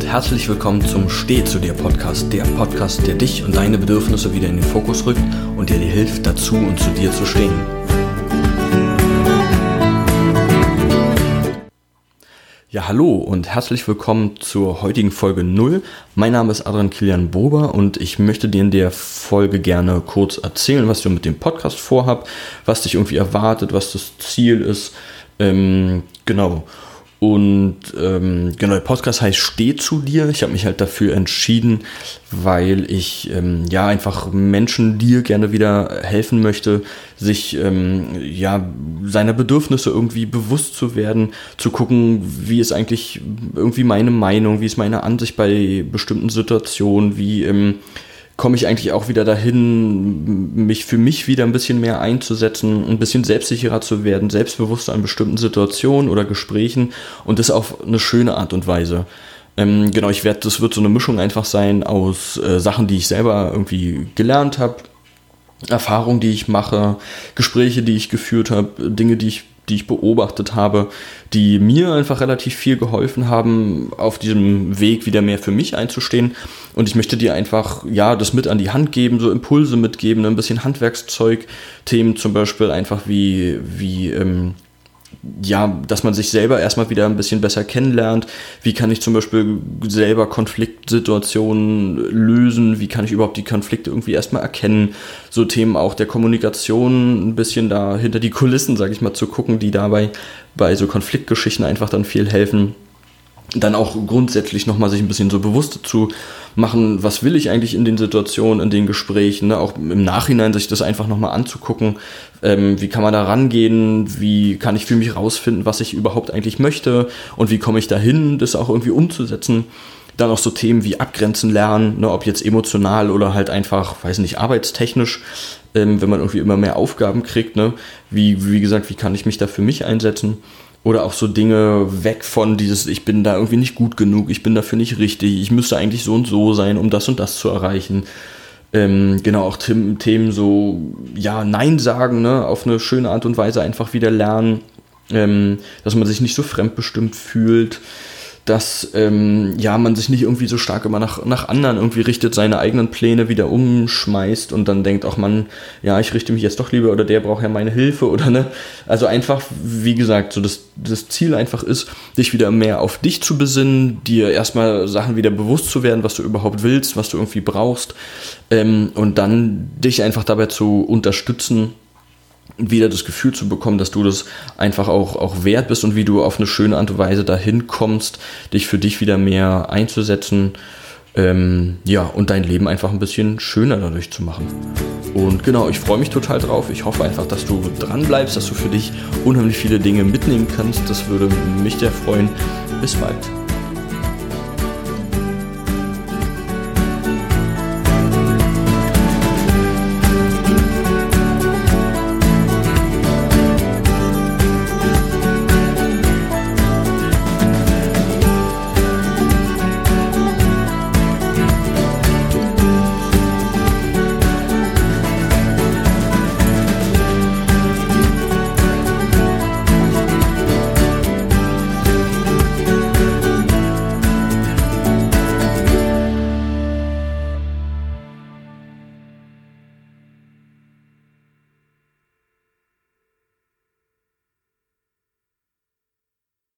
herzlich willkommen zum Steh zu dir Podcast, der Podcast, der dich und deine Bedürfnisse wieder in den Fokus rückt und der dir hilft, dazu und zu dir zu stehen. Ja, hallo und herzlich willkommen zur heutigen Folge 0. Mein Name ist Adrian Kilian Bober und ich möchte dir in der Folge gerne kurz erzählen, was ich mit dem Podcast vorhab, was dich irgendwie erwartet, was das Ziel ist. Genau. Und der Podcast heißt Steh zu dir. Ich habe mich halt dafür entschieden, weil ich einfach Menschen dir gerne wieder helfen möchte, sich seiner Bedürfnisse irgendwie bewusst zu werden, zu gucken, wie ist eigentlich irgendwie meine Meinung, wie ist meine Ansicht bei bestimmten Situationen, wie komme ich eigentlich auch wieder dahin, mich für mich wieder ein bisschen mehr einzusetzen, ein bisschen selbstsicherer zu werden, selbstbewusster an bestimmten Situationen oder Gesprächen und das auf eine schöne Art und Weise. Das wird so eine Mischung einfach sein aus Sachen, die ich selber irgendwie gelernt habe, Erfahrungen, die ich mache, Gespräche, die ich geführt habe, Dinge, die ich beobachtet habe, die mir einfach relativ viel geholfen haben, auf diesem Weg wieder mehr für mich einzustehen. Und ich möchte dir einfach, das mit an die Hand geben, so Impulse mitgeben, ein bisschen Handwerkszeug, Themen zum Beispiel einfach dass man sich selber erstmal wieder ein bisschen besser kennenlernt. Wie kann ich zum Beispiel selber Konfliktsituationen lösen? Wie kann ich überhaupt die Konflikte irgendwie erstmal erkennen? So Themen auch der Kommunikation, ein bisschen da hinter die Kulissen, sage ich mal, zu gucken, die dabei bei so Konfliktgeschichten einfach dann viel helfen. Dann auch grundsätzlich nochmal sich ein bisschen so bewusst zu machen, was will ich eigentlich in den Situationen, in den Gesprächen, ne? Auch im Nachhinein sich das einfach nochmal anzugucken, wie kann man da rangehen, wie kann ich für mich rausfinden, was ich überhaupt eigentlich möchte und wie komme ich dahin, das auch irgendwie umzusetzen. Dann auch so Themen wie Abgrenzen lernen, ne? Ob jetzt emotional oder halt einfach, arbeitstechnisch, wenn man irgendwie immer mehr Aufgaben kriegt, ne? Wie gesagt, wie kann ich mich da für mich einsetzen? Oder auch so Dinge weg von dieses, ich bin da irgendwie nicht gut genug, ich bin dafür nicht richtig, ich müsste eigentlich so und so sein, um das und das zu erreichen. Auch Themen so, Nein sagen, ne, auf eine schöne Art und Weise einfach wieder lernen, dass man sich nicht so fremdbestimmt fühlt, dass man sich nicht irgendwie so stark immer nach anderen irgendwie richtet, seine eigenen Pläne wieder umschmeißt und dann denkt, ach Mann, ich richte mich jetzt doch lieber oder der braucht ja meine Hilfe oder ne. Also einfach, wie gesagt, so das Ziel einfach ist, dich wieder mehr auf dich zu besinnen, dir erstmal Sachen wieder bewusst zu werden, was du überhaupt willst, was du irgendwie brauchst und dann dich einfach dabei zu unterstützen, wieder das Gefühl zu bekommen, dass du das einfach auch wert bist und wie du auf eine schöne Art und Weise dahin kommst, dich für dich wieder mehr einzusetzen, und dein Leben einfach ein bisschen schöner dadurch zu machen. Und genau, ich freue mich total drauf. Ich hoffe einfach, dass du dran bleibst, dass du für dich unheimlich viele Dinge mitnehmen kannst. Das würde mich sehr freuen. Bis bald.